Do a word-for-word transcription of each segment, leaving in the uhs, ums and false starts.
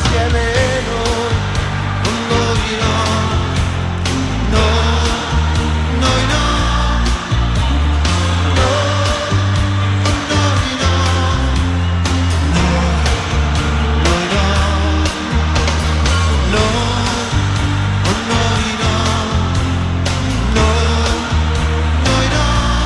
insieme noi, con noi no, no, noi no, no, con noi no, no, noi no, no, con noi no, no, noi no,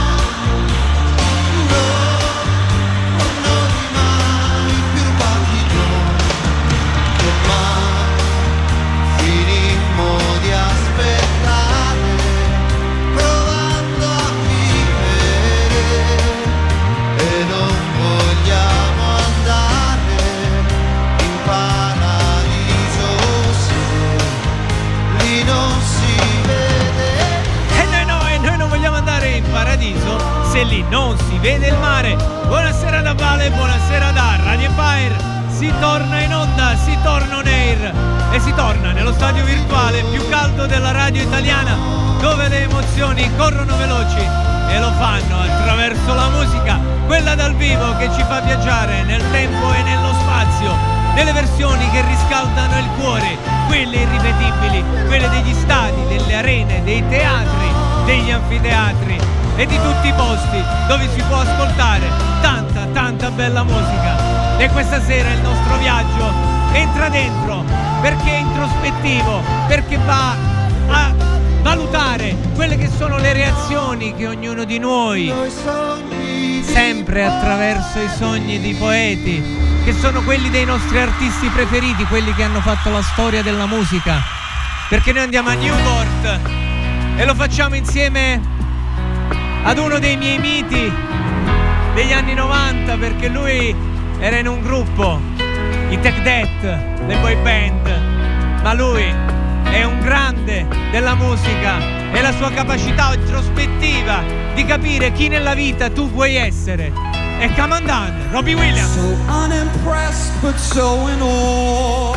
no, con noi mai più rubati noi, che mai finimmo di aspettare, provando a vivere, e non vogliamo andare in paradiso se lì non si vede. E noi no, e noi non vogliamo andare in paradiso se lì non si vede il mare. Buonasera da Vale, buonasera da Radio Empire. Si torna in onda, si torna on air e si torna nello stadio virtuale più caldo della radio italiana, dove le emozioni corrono veloci e lo fanno attraverso la musica, quella dal vivo che ci fa viaggiare nel tempo e nello spazio, nelle versioni che riscaldano il cuore, quelle irripetibili, quelle degli stadi, delle arene, dei teatri, degli anfiteatri e di tutti i posti dove si può ascoltare tanta, tanta bella musica. E questa sera il nostro viaggio entra dentro perché è introspettivo, perché va a valutare quelle che sono le reazioni che ognuno di noi, sempre attraverso i sogni di poeti, che sono quelli dei nostri artisti preferiti, quelli che hanno fatto la storia della musica, perché noi andiamo a Newport e lo facciamo insieme ad uno dei miei miti degli anni novanta, perché lui era in un gruppo, i Tech Death, le boy band, ma lui è un grande della musica e la sua capacità introspettiva di capire chi nella vita tu vuoi essere. E come on down, Robbie Williams. So unimpressed but so in awe,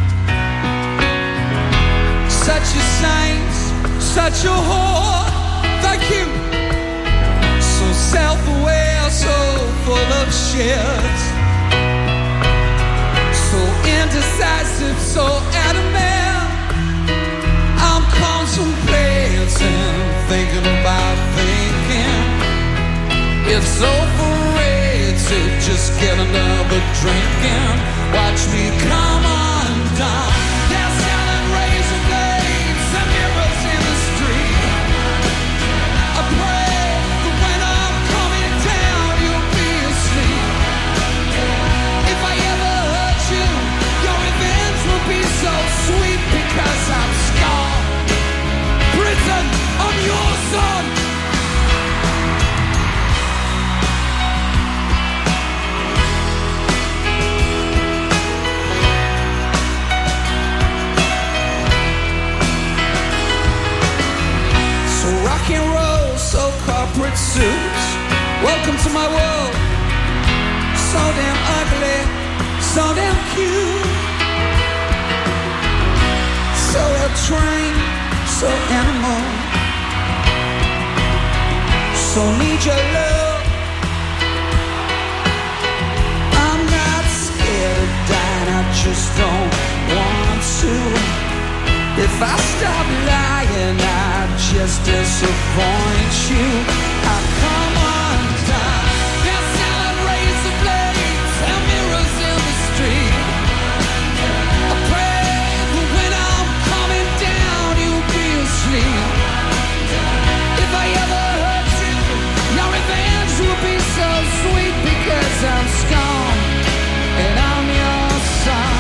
such a saint, such a whore, thank you. So self-aware, so full of shit, so indecisive, so adamant. I'm contemplating, thinking about thinking. It's overrated, just get another drink and watch me come undone. They're selling razor blades and mirrors in the street. I pray that when I'm coming down you'll be asleep. If I ever hurt you, your revenge will be so sweet, because I'm scarred, prison on your son. So rock and roll, so corporate suits, welcome to my world. So damn ugly, so damn cute, so well-trained, so animal, so need your love. I'm not scared of dying, I just don't want to. If I stop lying, I just disappoint you. I come undone. They're selling razor blades and mirrors in the street. I pray that when I'm coming down, you'll be asleep. If I ever hurt you, your revenge will be so sweet, because I'm scorned and I'm your son.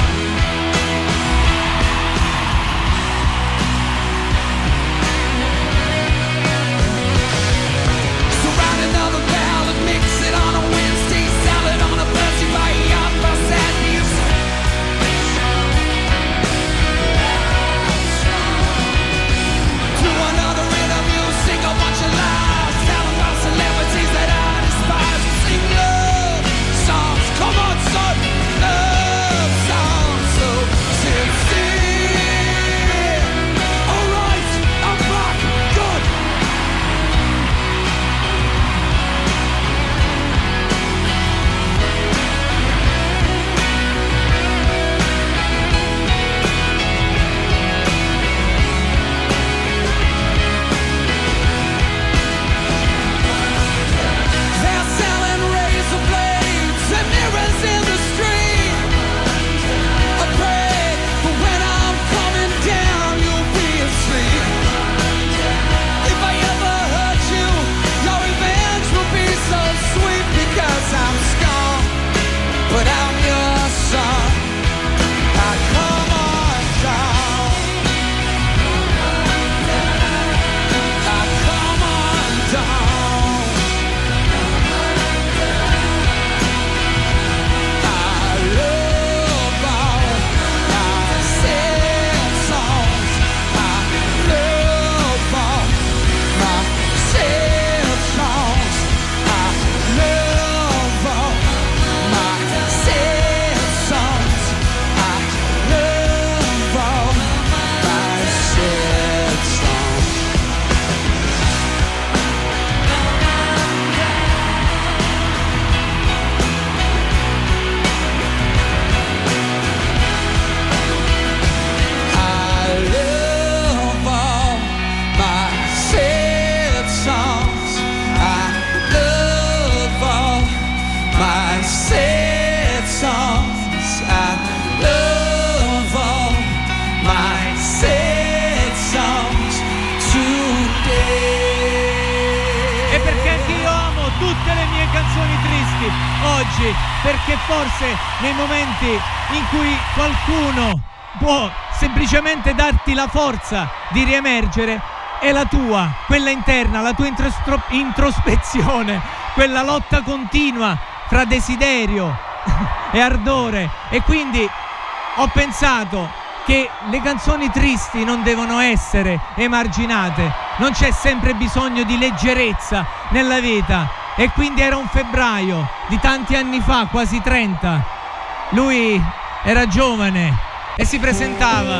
tristi oggi, perché forse nei momenti in cui qualcuno può semplicemente darti la forza di riemergere è la tua, quella interna, la tua introstro- introspezione, quella lotta continua fra desiderio e ardore. E quindi ho pensato che le canzoni tristi non devono essere emarginate, non c'è sempre bisogno di leggerezza nella vita. E quindi era un febbraio di tanti anni fa, quasi trenta. Lui era giovane e si presentava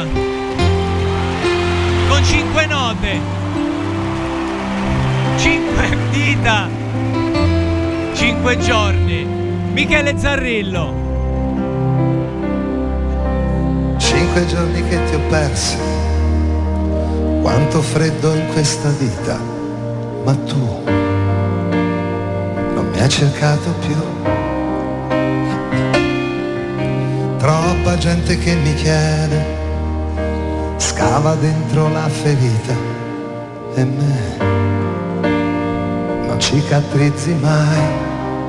con cinque note, cinque dita, cinque giorni. Michele Zarrillo. Cinque giorni che ti ho perso, quanto freddo in questa vita, ma tu non mi hai cercato più. Troppa gente che mi chiede, scava dentro la ferita e me non cicatrizzi mai.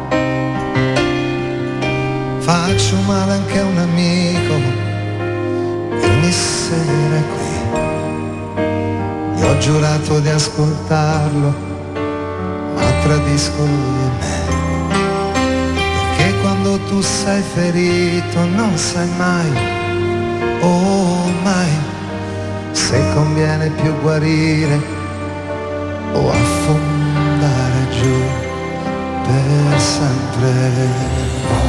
Faccio male anche a un amico, ogni sera qui gli ho giurato di ascoltarlo, ma tradisco lui e me, perché quando tu sei ferito non sai mai, oh mai, se conviene più guarire o affondare giù per sempre.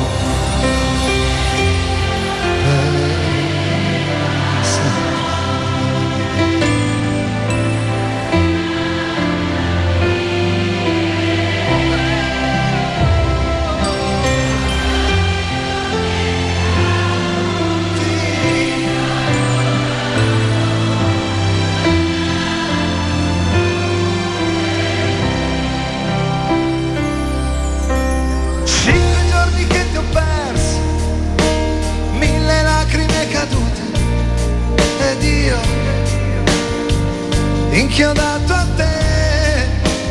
Inchiodato a te,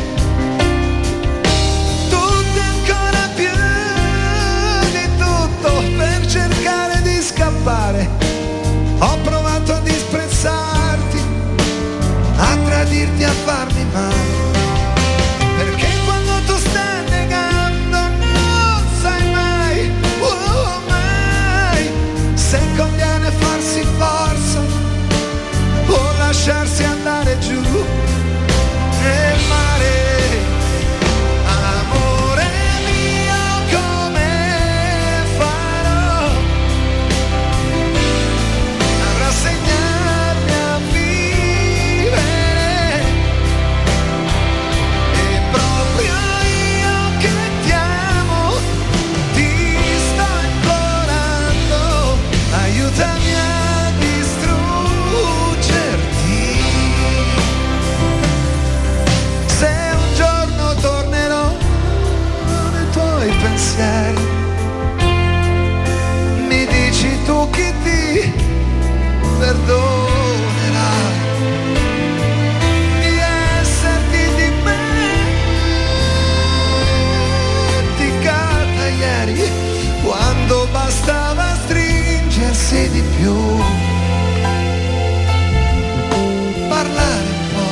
tutto ancora più di tutto per cercare di scappare. Ho provato a disprezzarti, a tradirti, a farmi male, perché quando tu stai negando non sai mai, oh mai, se conviene farsi forza o lasciarsi andare giù nel mare. Amore mio, come farò a rassegnarmi a vivere? E proprio io che ti amo ti sto implorando, aiutami a distruggerti. Pensieri, mi dici tu chi ti perdonerà di esserti dimenticata ieri, quando bastava stringersi di più, parlare un po'.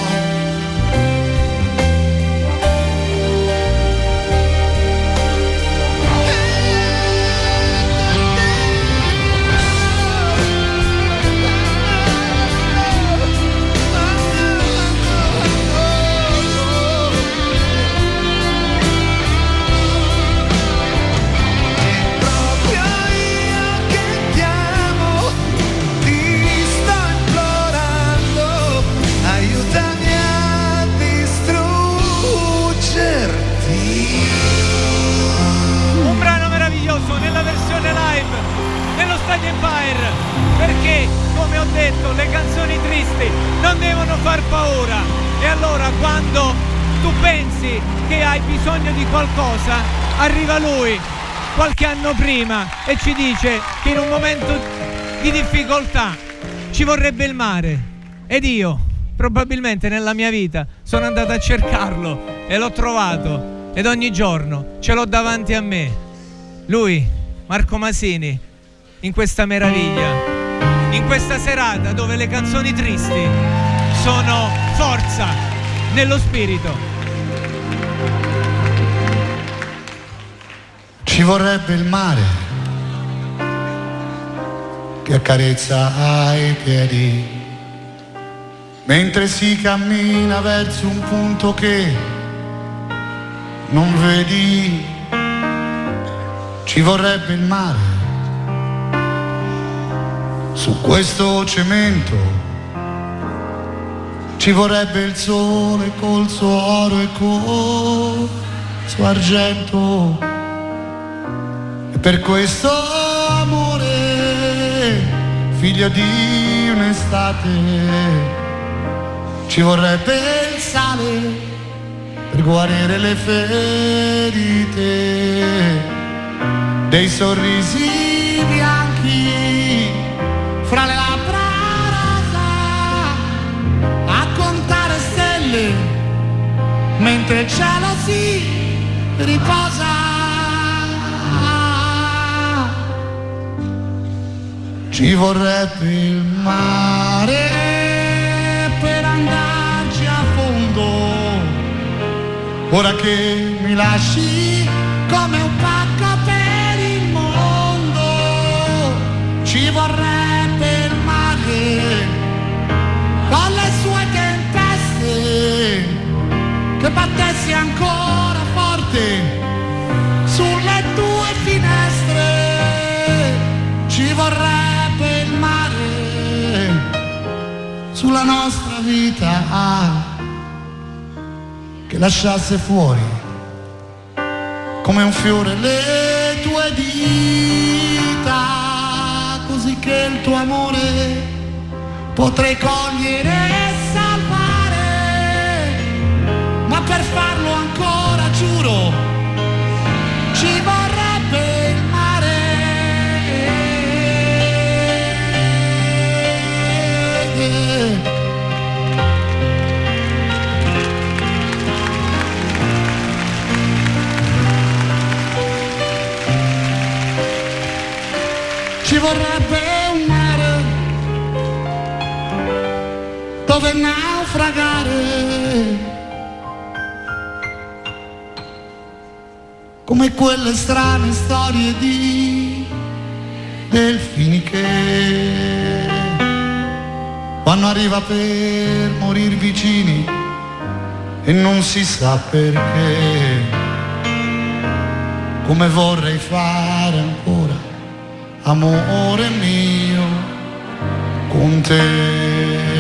Nella versione live nello Stadio Empire, perché come ho detto le canzoni tristi non devono far paura. E allora quando tu pensi che hai bisogno di qualcosa, arriva lui qualche anno prima e ci dice che in un momento di difficoltà ci vorrebbe il mare. Ed io probabilmente nella mia vita sono andato a cercarlo e l'ho trovato. ed ogni giorno ce l'ho davanti a me. Lui, Marco Masini, in questa meraviglia, in questa serata dove le canzoni tristi sono forza nello spirito. Ci vorrebbe il mare che accarezza ai piedi mentre si cammina verso un punto che non vedi. Ci vorrebbe il mare su questo cemento, ci vorrebbe il sole col suo oro e col suo argento. E per questo amore, figlio di un'estate, ci vorrebbe il sale per guarire le ferite dei sorrisi bianchi fra le labbra rosa, a contare stelle mentre il cielo si riposa. Ci vorrebbe il mare per andarci a fondo, ora che mi lasci come un pacco per il mondo. Ci vorrebbe il mare con le sue tempeste che battessi ancora forte sulle tue finestre. Ci vorrebbe il mare sulla nostra vita che lasciasse fuori come un fiore le tue dita, così che il tuo amore potrei cogliere e salvare. Ma per farlo ancora, giuro, ci vorrebbe il mare. Ci vorrebbe un mare dove naufragare, come quelle strane storie di delfini che quando arriva per morir vicini e non si sa perché, come vorrei fare ancora, amore mio, con te.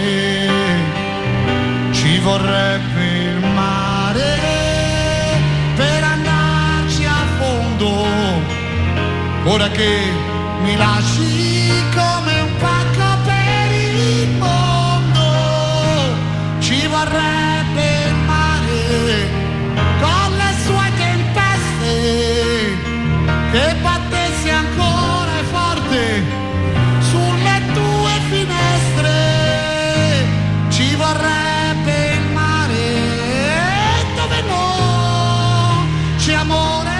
Ci vorrebbe il mare per andarci a fondo, ora che mi lasci come un pacco per il mondo. Ci vorrebbe il mare con le sue tempeste che battessi ancora forte sulle tue finestre. Ci vorrebbe il mare dove non c'è amore,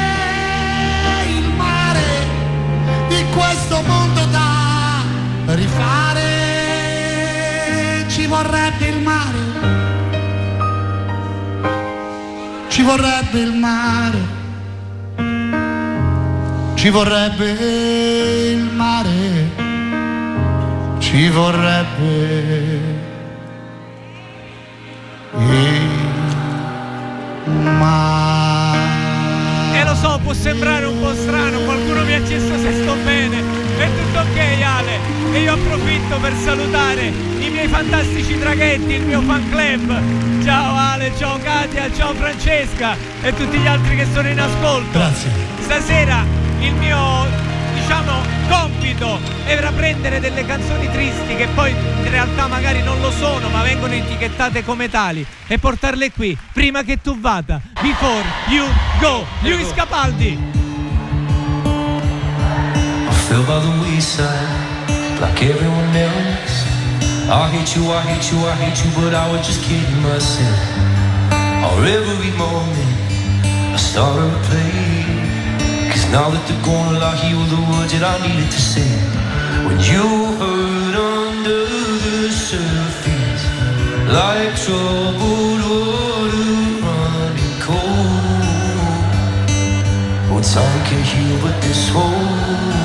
il mare di questo mondo da rifare. Ci vorrebbe il mare, ci vorrebbe il mare, ci vorrebbe il mare, ci vorrebbe il mare. E lo so, può sembrare un po' strano, qualcuno mi ha chiesto se sto bene. È tutto ok, Ale, e io approfitto per salutare i miei fantastici draghetti, il mio fan club. Ciao Ale, ciao Katia, ciao Francesca e tutti gli altri che sono in ascolto. Grazie. Stasera il mio, diciamo, compito era prendere delle canzoni tristi che poi in realtà magari non lo sono, ma vengono etichettate come tali, e portarle qui prima che tu vada. Before you go, Luis Capaldi. I fell by the wayside like everyone else. I hate you, I hate you, I hate you, but I was just kidding myself. Or every moment start a replay. Cause now that they're gone, I hear the words that I needed to say. When you hurt under the surface, like troubled water running cold. Oh, time can heal but this hole.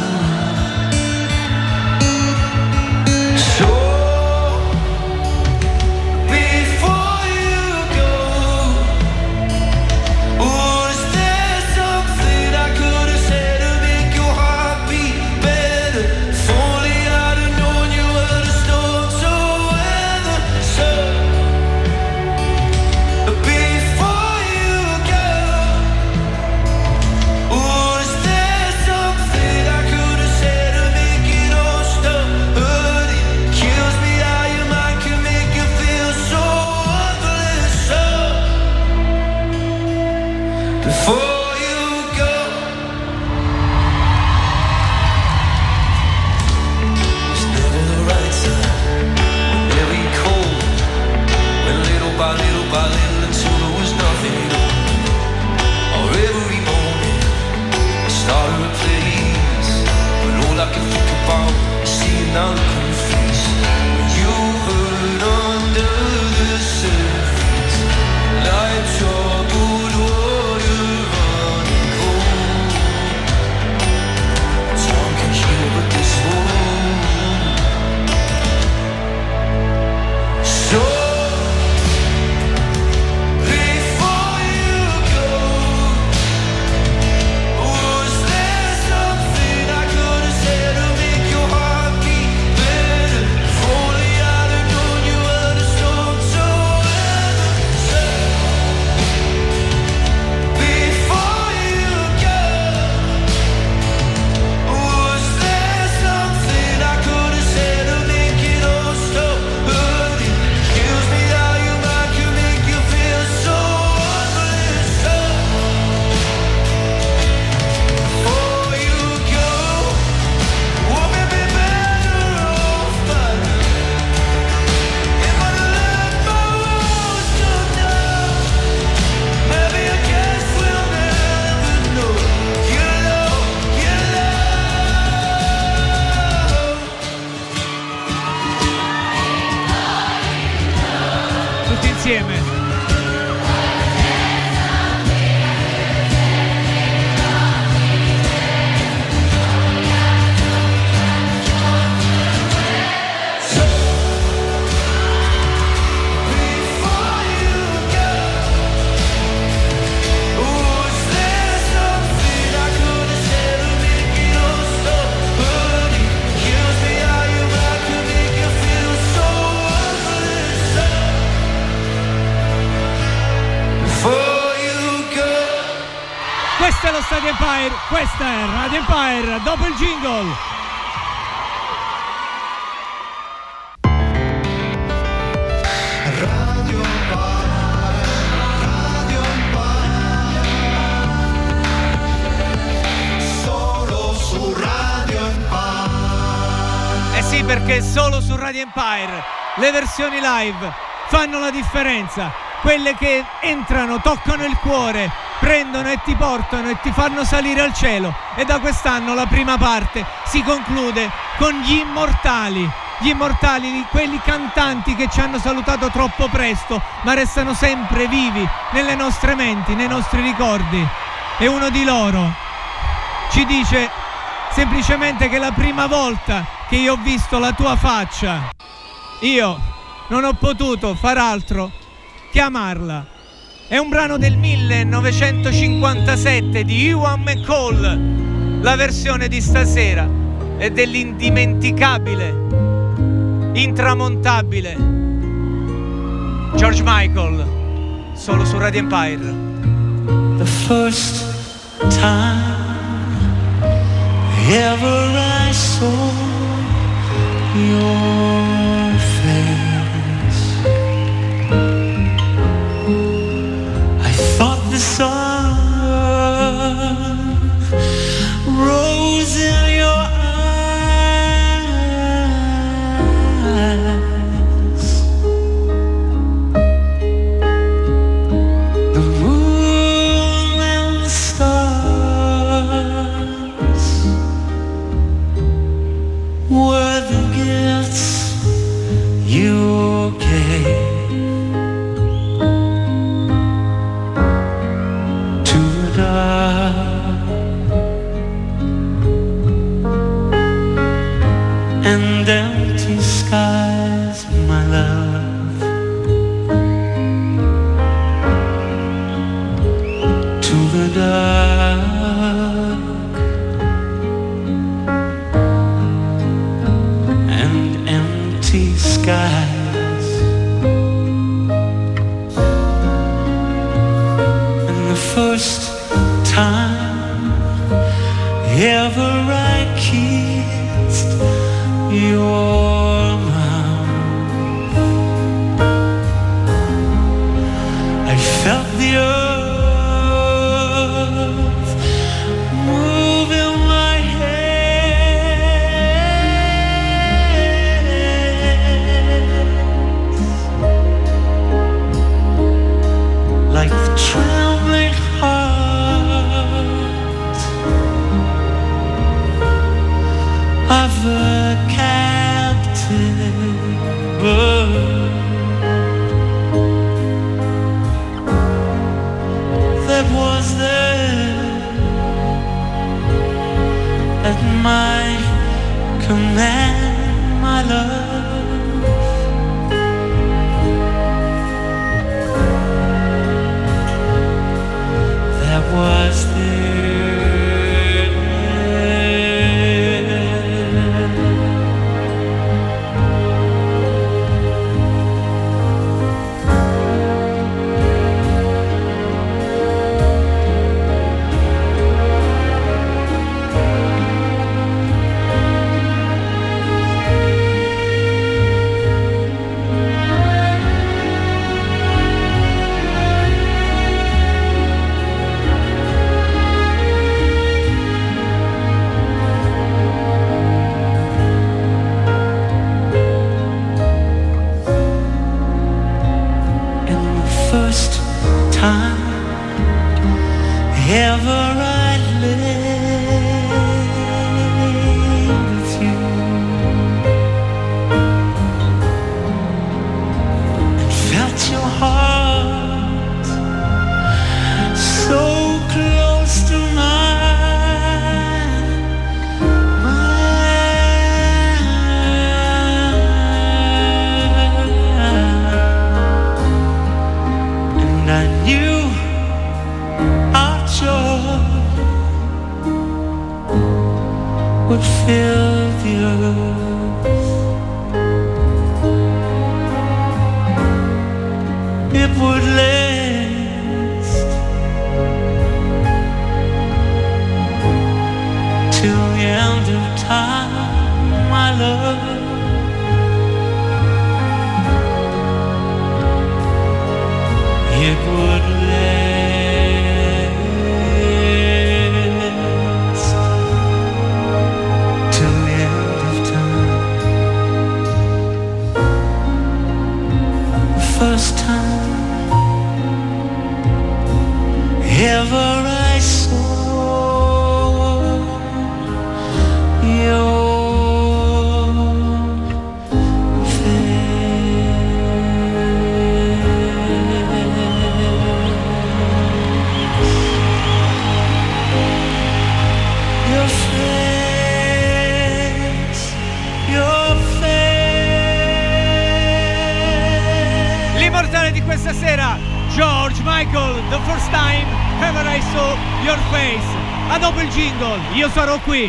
Now look on your face when you hurt under the surface, like troubled water running cold. Time can heal but this won't. So insieme. Questo è lo Stadio Empire, questa è Radio Empire, dopo il jingle. Radio Empire, Radio Empire, solo su Radio Empire. Eh sì, perché solo su Radio Empire le versioni live fanno la differenza, quelle che entrano, toccano il cuore, prendono e ti portano e ti fanno salire al cielo. E da quest'anno la prima parte si conclude con gli immortali, gli immortali, quelli cantanti che ci hanno salutato troppo presto ma restano sempre vivi nelle nostre menti, nei nostri ricordi. E uno di loro ci dice semplicemente che la prima volta che io ho visto la tua faccia io non ho potuto far altro che amarla. È un brano del millenovecentocinquantasette di Ewan McCall. La versione di stasera è dell'indimenticabile, intramontabile George Michael, solo su Radio Empire. The first time ever I saw your face, the sun rose in your eyes. The moon and felt the earth move in my hands, like the trembling heart of a captive bird that was there at my command, my love. That was there. First time ever I lay with you and felt your heart so close to mine, mine. I knew our joy would fill the earth. It would last till the end of time, my love. It would last till the end of time. First time ever I saw your Di questa sera, George Michael, The First Time Ever I Saw Your Face. A dopo il jingle, io sarò qui.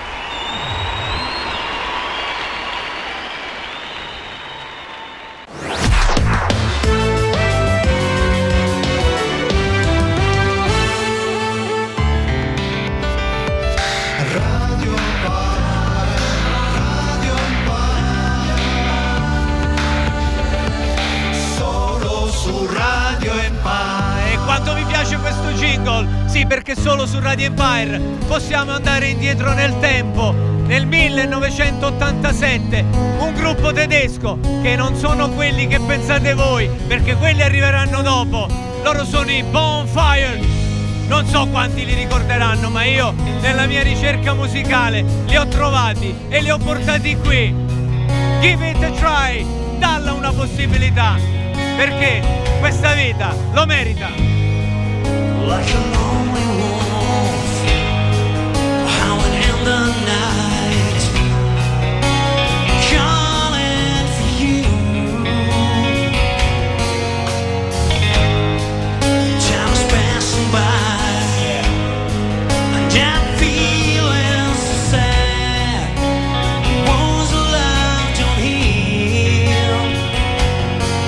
Questo jingle, sì, perché solo su Radio Empire possiamo andare indietro nel tempo, nel millenovecentottantasette, un gruppo tedesco che non sono quelli che pensate voi, perché quelli arriveranno dopo. Loro sono i Bonfire. Non so quanti li ricorderanno, ma io nella mia ricerca musicale li ho trovati e li ho portati qui. Give it a try, dalla una possibilità, perché questa vita lo merita. Like a lonely wolf howling in the night, calling for you. Time is passing by and I'm feeling so sad. Wounds of love don't heal.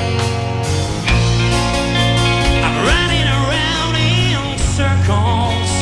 I'm running around in circles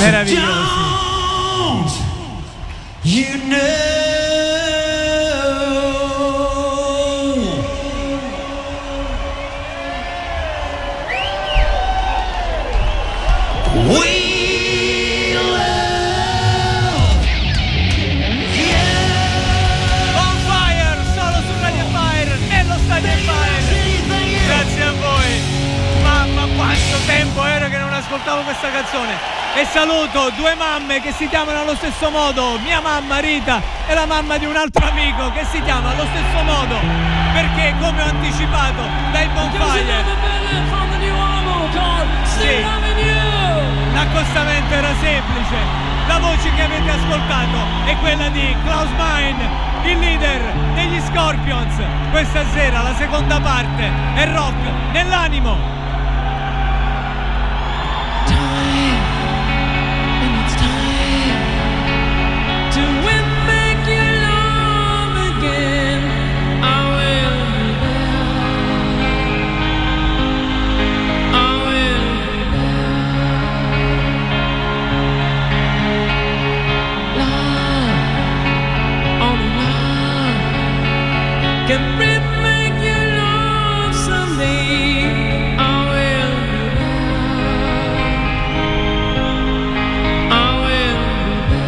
Meravigliosi. You know we love you. On fire, solo su Radio Empire, nello Stadio Empire. Grazie a voi. Mamma, quanto tempo era che non ascoltavo questa canzone. E saluto due mamme che si chiamano allo stesso modo, mia mamma Rita e la mamma di un altro amico che si chiama allo stesso modo, perché come ho anticipato dai Bonfire, sì, l'accostamento era semplice. La voce che avete ascoltato è quella di Klaus Meine, il leader degli Scorpions. Questa sera la seconda parte è rock nell'animo. Can make you love someday. I will be there. I will be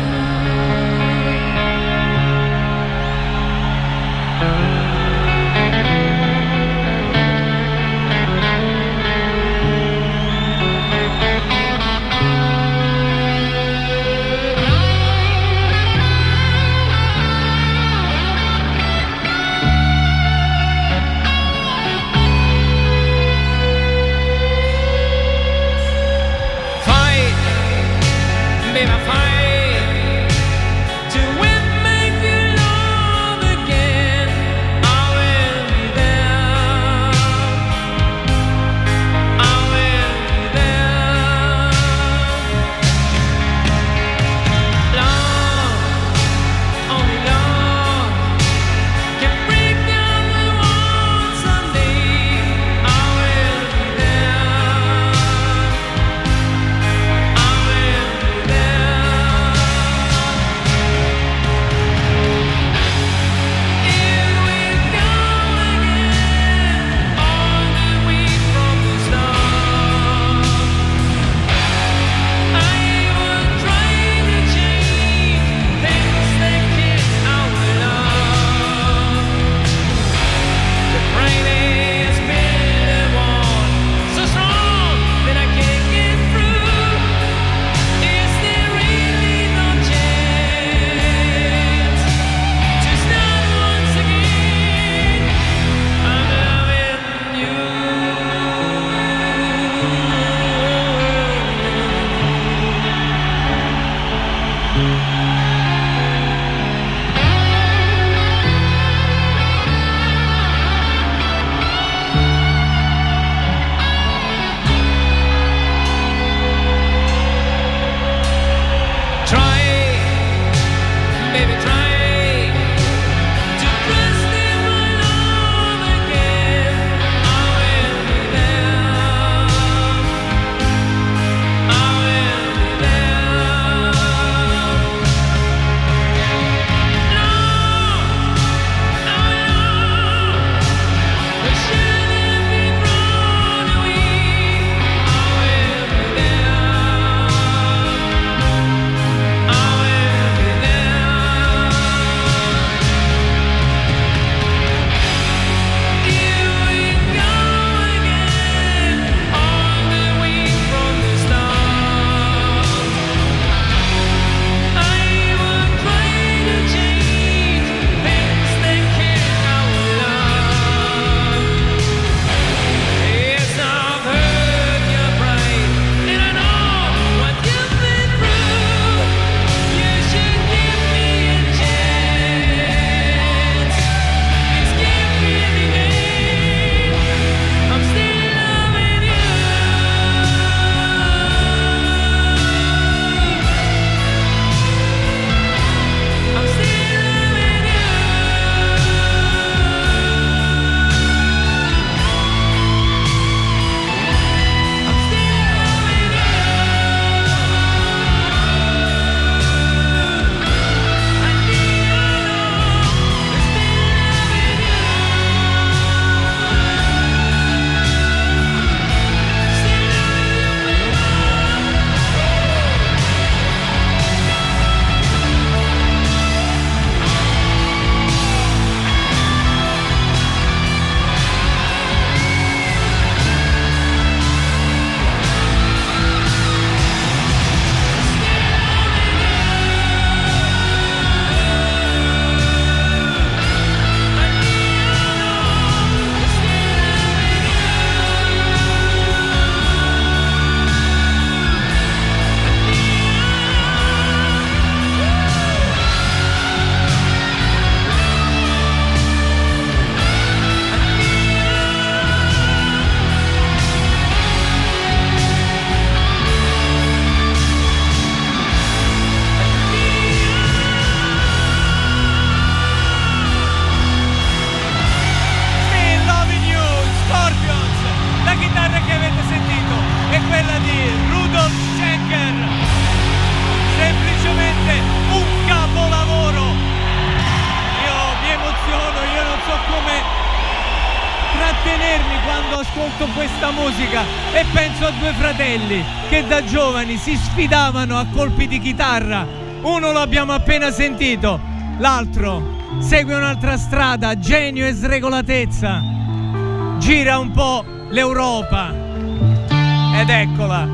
ascolto questa musica e penso a due fratelli che da giovani si sfidavano a colpi di chitarra. Uno lo abbiamo appena sentito, l'altro segue un'altra strada, genio e sregolatezza. Gira un po' l'Europa ed eccola.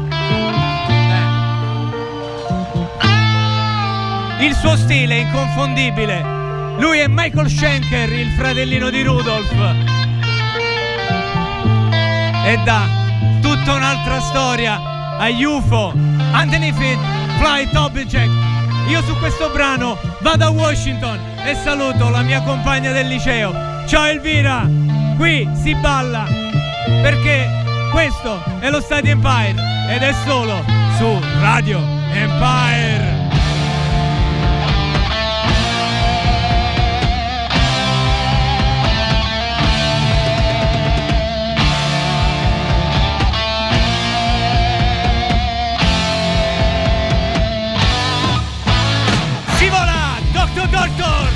Eh. Il suo stile è inconfondibile. Lui è Michael Schenker, il fratellino di Rudolph, e dà tutta un'altra storia a U F O, Underneath It, Flight Object. Io su questo brano vado a Washington e saluto la mia compagna del liceo. Ciao Elvira, qui si balla perché questo è lo Stadio Empire ed è solo su Radio Empire. Doctor!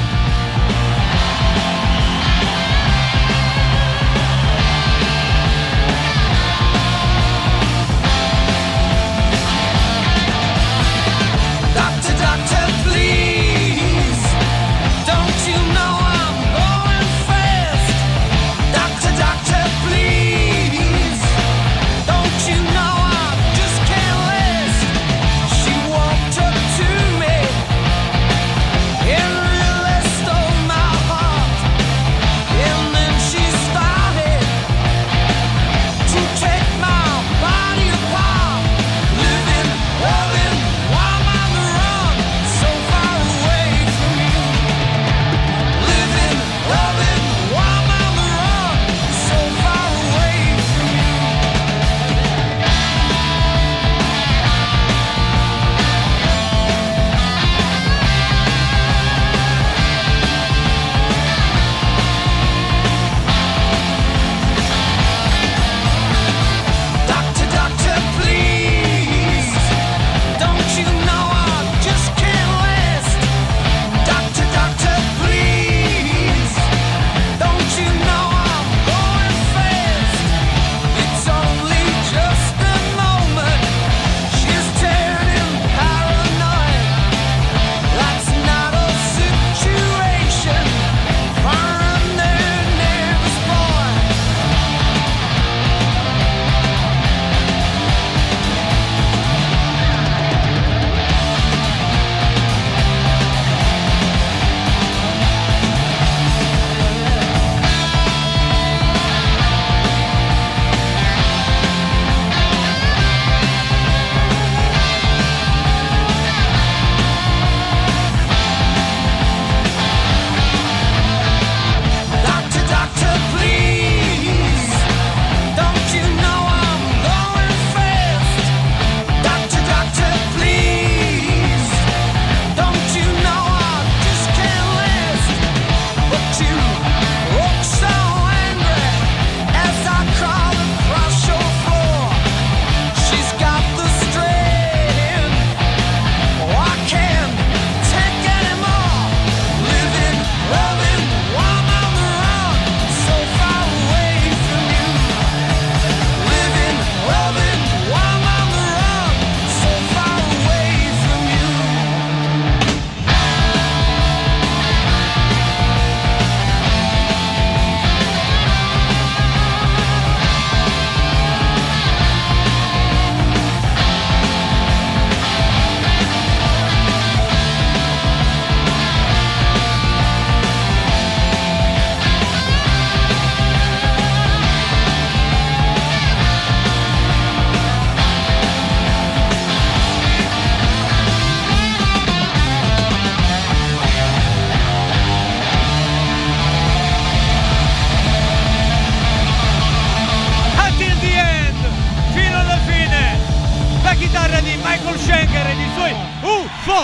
Doctor, doctor, please. Don't you know I'm going fast? Doctor, doctor, please. Don't you know I just can't last? She walked up to me and really stole my heart. And then she started to take my body apart. Living, loving, while I'm on the run, so far away from you. Living, loving, while I'm on the run, so far away from you. Doctor, doctor, please. Don't you know I just can't last? Doctor, doctor, please. Don't you know I'm going fast? It's only just a moment. She's turning paranoid. That's not a situation for a nervous boy. Doctor, doctor, please. Don't you know I'm going fast? Doctor, doctor, please. Don't you know I just can't last? But you look so angry as I crawl across your floor. She's got the strain. Oh, I can't take anymore. Living, loving, while I'm on the run, so far away from you. Living, loving, while I'm on the run, so far away from you. Until the end, fino alla fine, la chitarra di Michael Schenker e i suoi U F O.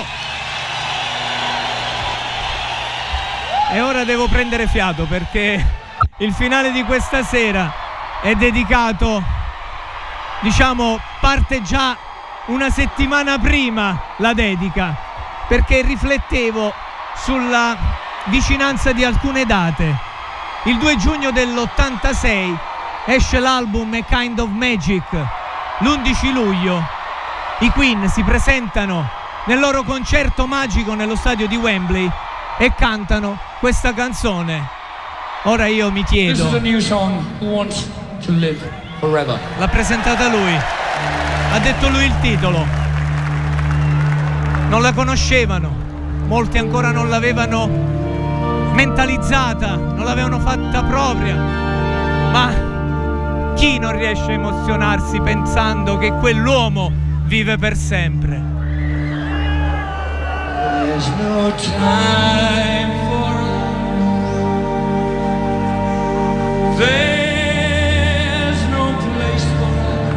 E ora devo prendere fiato perché il finale di questa sera è dedicato, diciamo, parte già una settimana prima la dedica, perché riflettevo sulla vicinanza di alcune date. Il due giugno dell'ottantasei esce l'album A Kind of Magic. L'undici luglio i Queen si presentano nel loro concerto magico nello stadio di Wembley e cantano questa canzone. Ora io mi chiedo, This is a new song, Who Wants to Live Forever. l'ha presentata lui, ha detto lui il titolo, non la conoscevano, molti ancora non l'avevano mentalizzata, non l'avevano fatta propria, ma chi non riesce a emozionarsi pensando che quell'uomo vive per sempre? There's no time for us. There's no place for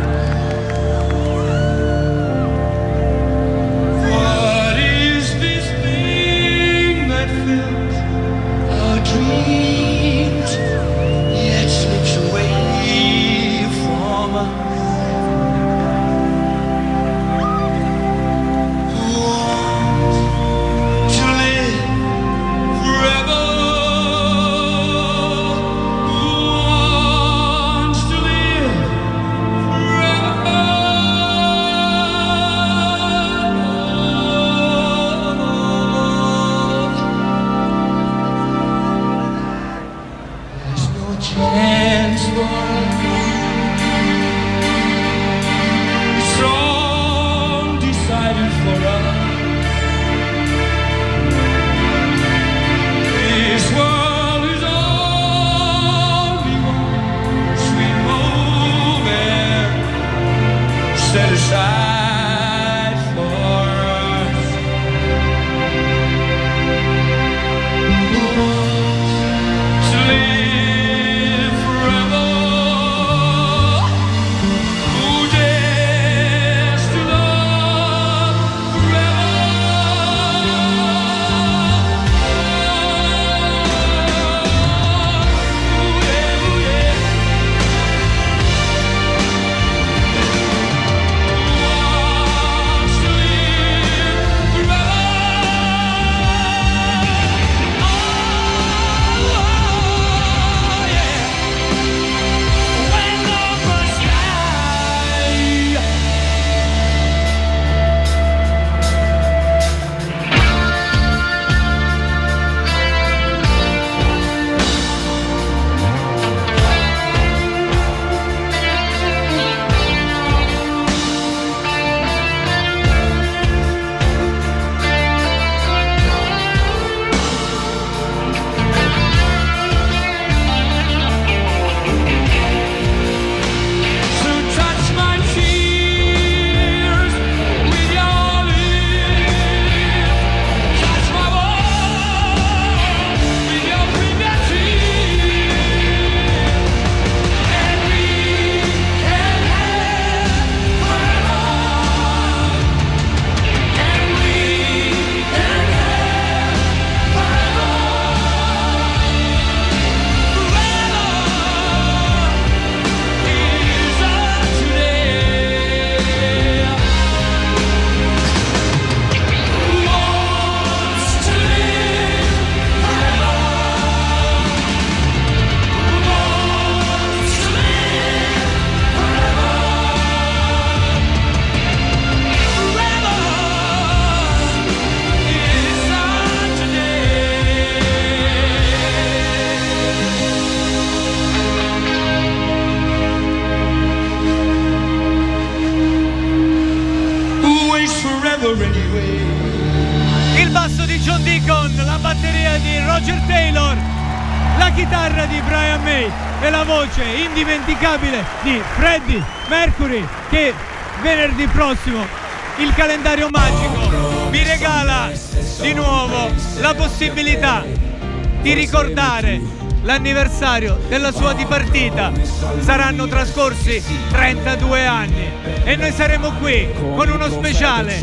us. What is this thing that fills our dreams yet slips away from us? Chance for us. It's all decided for us. This world is only one sweet moment set aside for us. Who wants to live? Il basso di John Deacon, la batteria di Roger Taylor, la chitarra di Brian May e la voce indimenticabile di Freddie Mercury, che venerdì prossimo il calendario magico mi regala di nuovo la possibilità di ricordare l'anniversario della sua dipartita. Saranno trascorsi trentadue anni e noi saremo qui con uno speciale.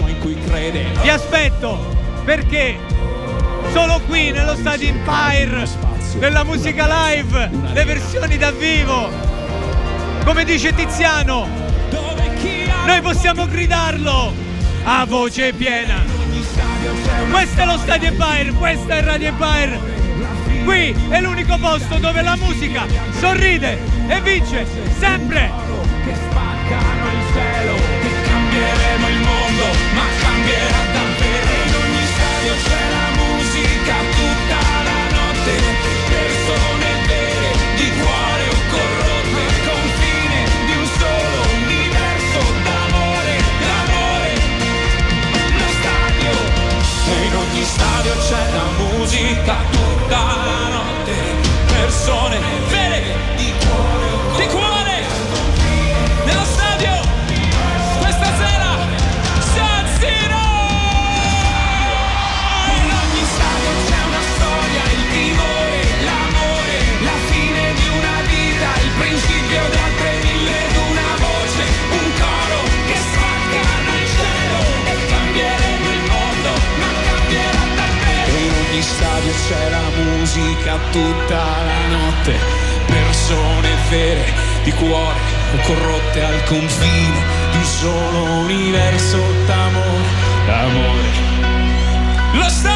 Vi aspetto, perché solo qui nello Stadio Empire della musica live, le versioni da vivo, come dice Tiziano, noi possiamo gridarlo a voce piena. Questo è lo Stadio Empire, questa è Radio Empire. Qui è l'unico posto dove la musica sorride e vince sempre. Che spaccano il cielo, che cambieremo il mondo, ma cambierà davvero. In ogni stadio c'è la musica tutta la notte, persone vere, di cuore o corrotte, al confine di un solo universo d'amore, l'amore, lo stadio. E in ogni stadio c'è la musica tutta la notte, persone vere, di cuore o corrotte, di cuore. Nello stadio, questa sera, San Siro! In ogni stadio c'è una storia, il timore, l'amore, la fine di una vita, il principio di altre mille, ed una voce, un coro che spacca nel cielo, e cambieremo il mondo, ma cambierà davvero. In ogni stadio c'è la musica tutta la notte, persone vere, di cuore o corrotte al confine di un solo universo d'amore, d'amore. Lo sta